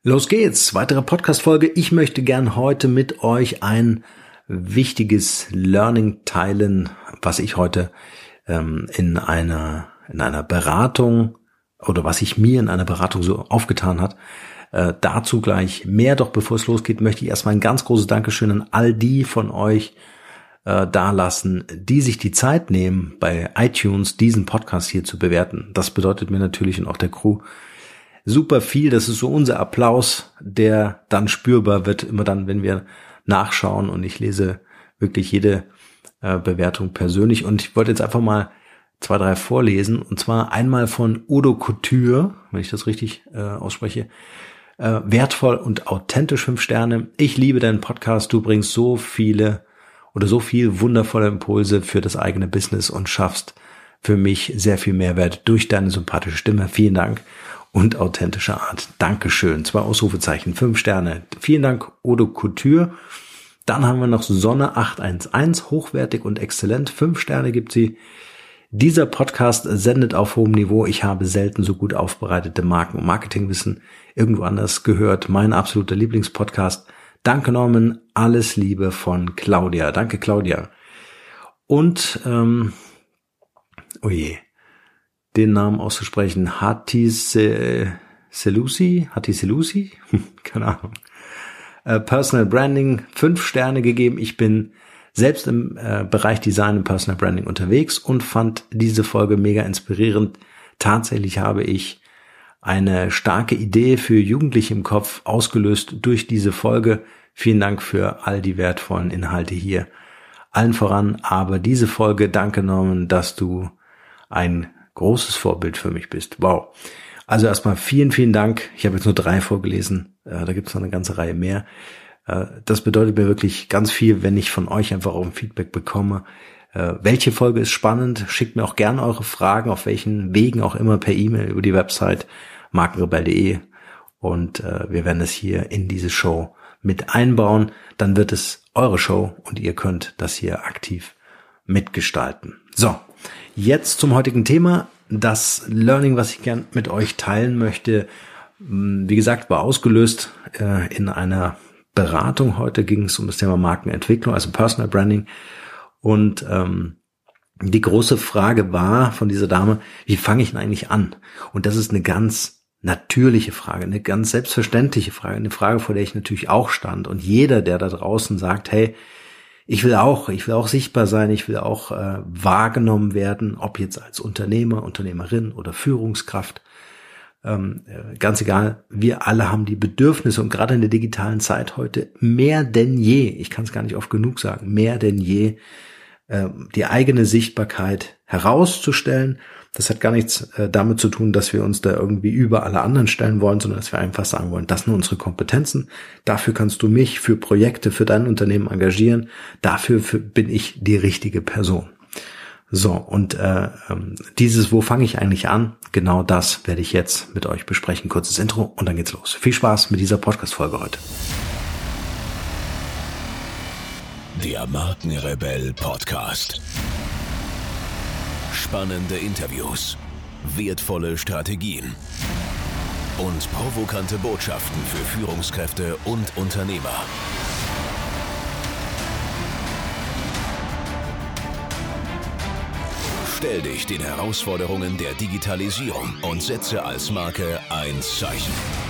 Los geht's, weitere Podcast-Folge. Ich möchte gern heute mit euch ein wichtiges Learning teilen, was ich heute in einer Beratung oder was sich mir in einer Beratung so aufgetan hat. Dazu gleich mehr, doch bevor es losgeht, möchte ich erstmal ein ganz großes Dankeschön an all die von euch dalassen, die sich die Zeit nehmen, bei iTunes diesen Podcast hier zu bewerten. Das bedeutet mir natürlich und auch der Crew super viel. Das ist so unser Applaus, der dann spürbar wird, immer dann, wenn wir nachschauen, und ich lese wirklich jede Bewertung persönlich. Und ich wollte jetzt einfach mal 2, 3 vorlesen, und zwar einmal von Udo Couture, wenn ich das richtig ausspreche. Wertvoll und authentisch 5 Sterne. Ich liebe deinen Podcast. Du bringst so viel wundervolle Impulse für das eigene Business und schaffst für mich sehr viel Mehrwert durch deine sympathische Stimme. Vielen Dank. Und authentische Art. Dankeschön. 2 Ausrufezeichen, 5 Sterne. Vielen Dank, Udo Couture. Dann haben wir noch Sonne 811, hochwertig und exzellent. 5 Sterne gibt sie. Dieser Podcast sendet auf hohem Niveau. Ich habe selten so gut aufbereitete Marken- und Marketingwissen irgendwo anders gehört. Mein absoluter Lieblingspodcast. Danke, Norman. Alles Liebe von Claudia. Danke, Claudia. Und, den Namen auszusprechen, Hati Selusi? Keine Ahnung. Personal Branding, 5 Sterne gegeben. Ich bin selbst im Bereich Design und Personal Branding unterwegs und fand diese Folge mega inspirierend. Tatsächlich habe ich eine starke Idee für Jugendliche im Kopf ausgelöst durch diese Folge. Vielen Dank für all die wertvollen Inhalte hier. Allen voran aber diese Folge. Danke, Norman, dass du ein großes Vorbild für mich bist. Wow. Also erstmal vielen, vielen Dank. Ich habe jetzt nur 3 vorgelesen. Da gibt es noch eine ganze Reihe mehr. Das bedeutet mir wirklich ganz viel, wenn ich von euch einfach auch ein Feedback bekomme. Welche Folge ist spannend? Schickt mir auch gerne eure Fragen, auf welchen Wegen auch immer, per E-Mail, über die Website markenrebell.de, und wir werden es hier in diese Show mit einbauen. Dann wird es eure Show und ihr könnt das hier aktiv mitgestalten. So. Jetzt zum heutigen Thema. Das Learning, was ich gern mit euch teilen möchte, wie gesagt, war ausgelöst in einer Beratung. Heute ging es um das Thema Markenentwicklung, also Personal Branding. Und die große Frage war von dieser Dame, wie fange ich denn eigentlich an? Und das ist eine ganz natürliche Frage, eine ganz selbstverständliche Frage, eine Frage, vor der ich natürlich auch stand. Und jeder, der da draußen sagt, hey, ich will auch sichtbar sein, ich will auch wahrgenommen werden, ob jetzt als Unternehmer, Unternehmerin oder Führungskraft, ganz egal, wir alle haben die Bedürfnisse, und gerade in der digitalen Zeit heute mehr denn je, ich kann es gar nicht oft genug sagen, mehr denn je, die eigene Sichtbarkeit herauszustellen. Das hat gar nichts damit zu tun, dass wir uns da irgendwie über alle anderen stellen wollen, sondern dass wir einfach sagen wollen, das sind unsere Kompetenzen. Dafür kannst du mich für Projekte, für dein Unternehmen engagieren. Dafür bin ich die richtige Person. So, und dieses, wo fange ich eigentlich an? Genau das werde ich jetzt mit euch besprechen. Kurzes Intro und dann geht's los. Viel Spaß mit dieser Podcast-Folge heute. Der Markenrebell Podcast. Spannende Interviews, wertvolle Strategien und provokante Botschaften für Führungskräfte und Unternehmer. Stell dich den Herausforderungen der Digitalisierung und setze als Marke ein Zeichen.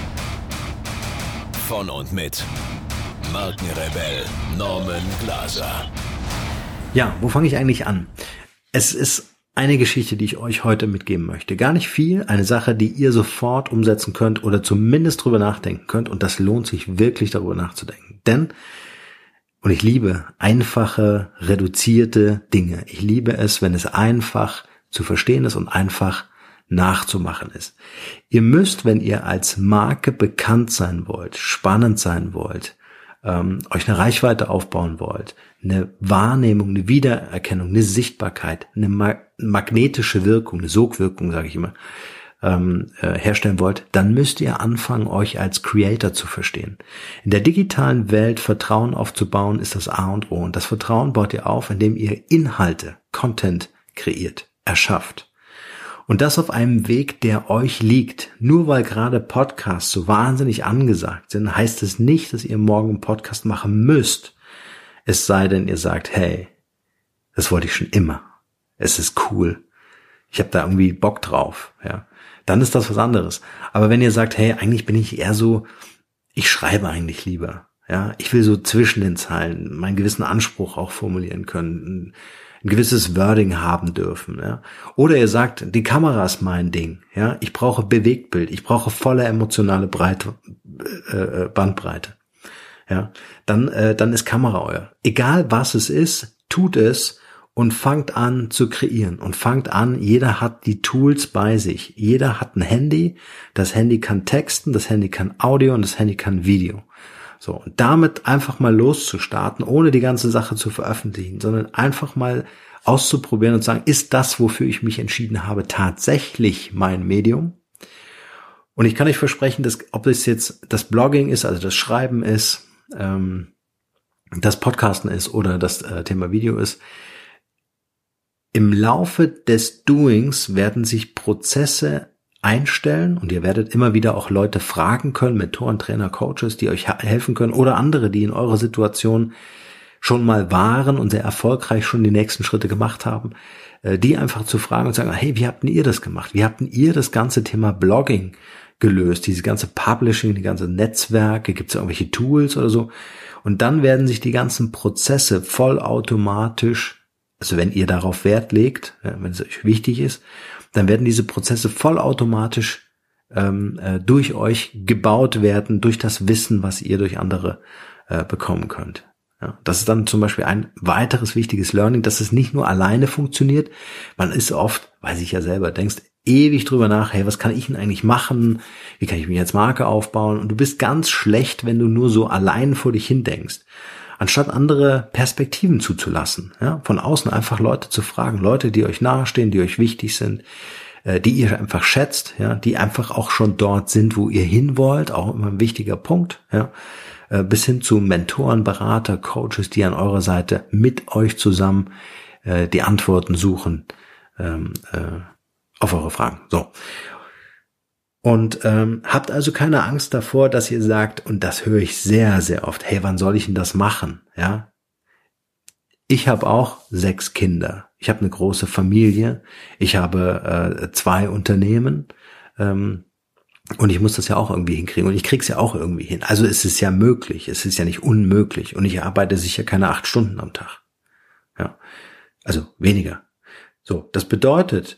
Von und mit Markenrebell Norman Glaser. Ja, wo fange ich eigentlich an? Es ist eine Geschichte, die ich euch heute mitgeben möchte. Gar nicht viel, eine Sache, die ihr sofort umsetzen könnt oder zumindest drüber nachdenken könnt, und das lohnt sich wirklich, darüber nachzudenken. Denn, und ich liebe einfache, reduzierte Dinge. Ich liebe es, wenn es einfach zu verstehen ist und einfach nachzumachen ist. Ihr müsst, wenn ihr als Marke bekannt sein wollt, spannend sein wollt, euch eine Reichweite aufbauen wollt, eine Wahrnehmung, eine Wiedererkennung, eine Sichtbarkeit, eine magnetische Wirkung, eine Sogwirkung, sage ich immer, herstellen wollt, dann müsst ihr anfangen, euch als Creator zu verstehen. In der digitalen Welt Vertrauen aufzubauen, ist das A und O. Und das Vertrauen baut ihr auf, indem ihr Inhalte, Content kreiert, erschafft. Und das auf einem Weg, der euch liegt. Nur weil gerade Podcasts so wahnsinnig angesagt sind, heißt es nicht, dass ihr morgen einen Podcast machen müsst. Es sei denn, ihr sagt, hey, das wollte ich schon immer. Es ist cool. Ich habe da irgendwie Bock drauf. Ja, dann ist das was anderes. Aber wenn ihr sagt, hey, eigentlich bin ich eher so, ich schreibe eigentlich lieber. Ja, ich will so zwischen den Zeilen meinen gewissen Anspruch auch formulieren können. Ein gewisses Wording haben dürfen, ja. Oder ihr sagt, die Kamera ist mein Ding, ja. Ich brauche Bewegtbild, ich brauche volle emotionale Bandbreite, ja. Dann ist Kamera euer. Egal was es ist, tut es und fangt an zu kreieren und fangt an. Jeder hat die Tools bei sich. Jeder hat ein Handy. Das Handy kann texten, das Handy kann Audio und das Handy kann Video. So, und damit einfach mal loszustarten, ohne die ganze Sache zu veröffentlichen, sondern einfach mal auszuprobieren und zu sagen, ist das, wofür ich mich entschieden habe, tatsächlich mein Medium? Und ich kann euch versprechen, dass, ob es jetzt das Blogging ist, also das Schreiben ist, das Podcasten ist oder das Thema Video ist, im Laufe des Doings werden sich Prozesse einstellen und ihr werdet immer wieder auch Leute fragen können, Mentoren, Trainer, Coaches, die euch helfen können oder andere, die in eurer Situation schon mal waren und sehr erfolgreich schon die nächsten Schritte gemacht haben, die einfach zu fragen und sagen, hey, wie habt denn ihr das gemacht? Wie habt denn ihr das ganze Thema Blogging gelöst? Diese ganze Publishing, die ganze Netzwerke, gibt es irgendwelche Tools oder so? Und dann werden sich die ganzen Prozesse vollautomatisch, also wenn ihr darauf Wert legt, wenn es euch wichtig ist, dann werden diese Prozesse vollautomatisch durch euch gebaut werden, durch das Wissen, was ihr durch andere bekommen könnt. Ja, das ist dann zum Beispiel ein weiteres wichtiges Learning, dass es nicht nur alleine funktioniert. Man ist oft, weiß ich ja selber, denkst ewig drüber nach, hey, was kann ich denn eigentlich machen? Wie kann ich mir jetzt Marke aufbauen? Und du bist ganz schlecht, wenn du nur so allein vor dich hin denkst. Anstatt andere Perspektiven zuzulassen, ja, von außen einfach Leute zu fragen, Leute, die euch nahestehen, die euch wichtig sind, die ihr einfach schätzt, ja, die einfach auch schon dort sind, wo ihr hin wollt, auch immer ein wichtiger Punkt, ja, bis hin zu Mentoren, Berater, Coaches, die an eurer Seite mit euch zusammen die Antworten suchen auf eure Fragen. So. Und habt also keine Angst davor, dass ihr sagt, und das höre ich sehr, sehr oft, hey, wann soll ich denn das machen? Ja, ich habe auch 6 Kinder. Ich habe eine große Familie. Ich habe 2 Unternehmen. Und ich muss das ja auch irgendwie hinkriegen. Und ich krieg's ja auch irgendwie hin. Also es ist ja möglich. Es ist ja nicht unmöglich. Und ich arbeite sicher keine 8 Stunden am Tag. Ja, also weniger. So, das bedeutet,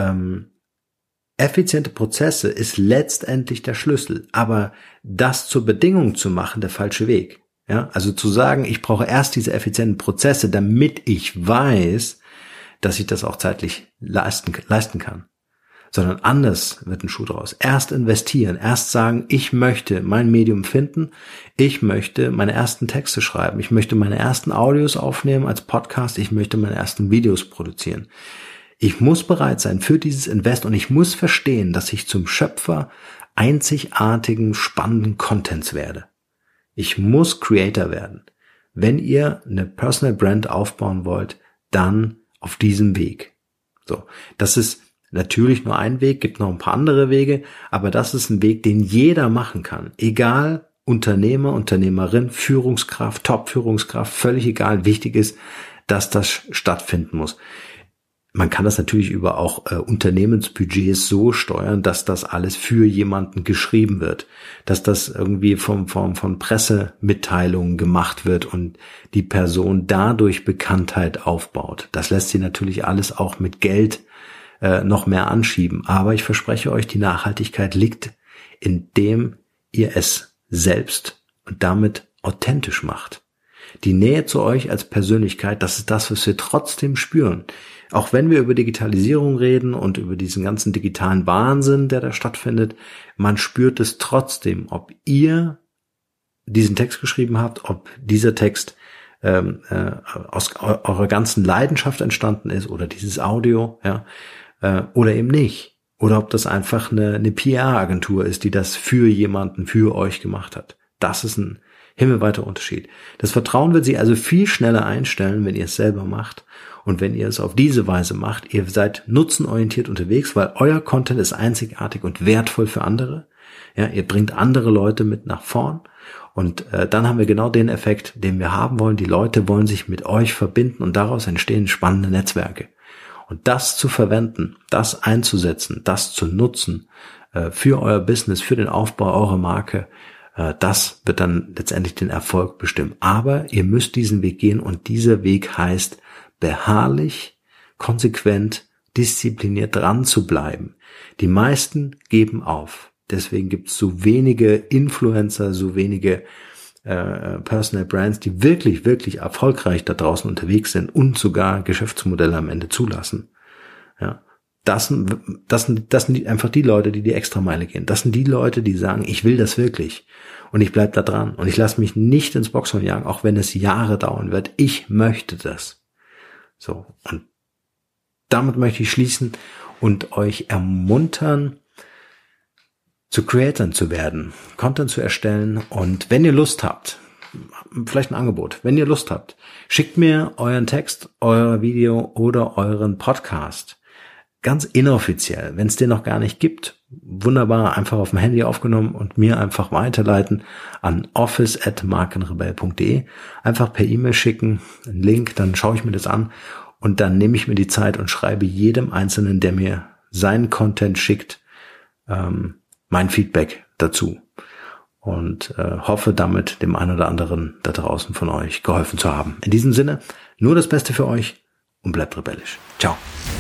effiziente Prozesse ist letztendlich der Schlüssel, aber das zur Bedingung zu machen, der falsche Weg. Ja, also zu sagen, ich brauche erst diese effizienten Prozesse, damit ich weiß, dass ich das auch zeitlich leisten kann. Sondern anders wird ein Schuh draus. Erst investieren, erst sagen, ich möchte mein Medium finden, ich möchte meine ersten Texte schreiben, ich möchte meine ersten Audios aufnehmen als Podcast, ich möchte meine ersten Videos produzieren. Ich muss bereit sein für dieses Invest und ich muss verstehen, dass ich zum Schöpfer einzigartigen, spannenden Contents werde. Ich muss Creator werden. Wenn ihr eine Personal Brand aufbauen wollt, dann auf diesem Weg. So, das ist natürlich nur ein Weg, gibt noch ein paar andere Wege, aber das ist ein Weg, den jeder machen kann. Egal, Unternehmer, Unternehmerin, Führungskraft, Top-Führungskraft, völlig egal. Wichtig ist, dass das stattfinden muss. Man kann das natürlich über auch Unternehmensbudgets so steuern, dass das alles für jemanden geschrieben wird, dass das irgendwie von Pressemitteilungen gemacht wird und die Person dadurch Bekanntheit aufbaut. Das lässt sich natürlich alles auch mit Geld noch mehr anschieben. Aber ich verspreche euch, die Nachhaltigkeit liegt, indem ihr es selbst und damit authentisch macht. Die Nähe zu euch als Persönlichkeit, das ist das, was wir trotzdem spüren. Auch wenn wir über Digitalisierung reden und über diesen ganzen digitalen Wahnsinn, der da stattfindet, man spürt es trotzdem, ob ihr diesen Text geschrieben habt, ob dieser Text aus eurer ganzen Leidenschaft entstanden ist oder dieses Audio, ja, oder eben nicht. Oder ob das einfach eine PR-Agentur ist, die das für jemanden, für euch gemacht hat. Das ist ein Himmelweiter Unterschied. Das Vertrauen wird sich also viel schneller einstellen, wenn ihr es selber macht. Und wenn ihr es auf diese Weise macht, ihr seid nutzenorientiert unterwegs, weil euer Content ist einzigartig und wertvoll für andere. Ja, ihr bringt andere Leute mit nach vorn. Und dann haben wir genau den Effekt, den wir haben wollen. Die Leute wollen sich mit euch verbinden und daraus entstehen spannende Netzwerke. Und das zu verwenden, das einzusetzen, das zu nutzen für euer Business, für den Aufbau eurer Marke, das wird dann letztendlich den Erfolg bestimmen. Aber ihr müsst diesen Weg gehen und dieser Weg heißt, beharrlich, konsequent, diszipliniert dran zu bleiben. Die meisten geben auf. Deswegen gibt es so wenige Influencer, so wenige Personal Brands, die wirklich, wirklich erfolgreich da draußen unterwegs sind und sogar Geschäftsmodelle am Ende zulassen. Ja, das sind einfach die Leute, die Extrameile gehen. Das sind die Leute, die sagen, ich will das wirklich und ich bleib da dran und ich lasse mich nicht ins Boxhorn jagen, auch wenn es Jahre dauern wird. Ich möchte das. So, und damit möchte ich schließen und euch ermuntern, zu Creatern zu werden, Content zu erstellen. Und wenn ihr Lust habt, vielleicht ein Angebot, wenn ihr Lust habt, schickt mir euren Text, euer Video oder euren Podcast. Ganz inoffiziell, wenn es den noch gar nicht gibt, wunderbar, einfach auf dem Handy aufgenommen und mir einfach weiterleiten an office@markenrebell.de. Einfach per E-Mail schicken, einen Link, dann schaue ich mir das an und dann nehme ich mir die Zeit und schreibe jedem Einzelnen, der mir seinen Content schickt, mein Feedback dazu. Und hoffe damit dem einen oder anderen da draußen von euch geholfen zu haben. In diesem Sinne, nur das Beste für euch und bleibt rebellisch. Ciao.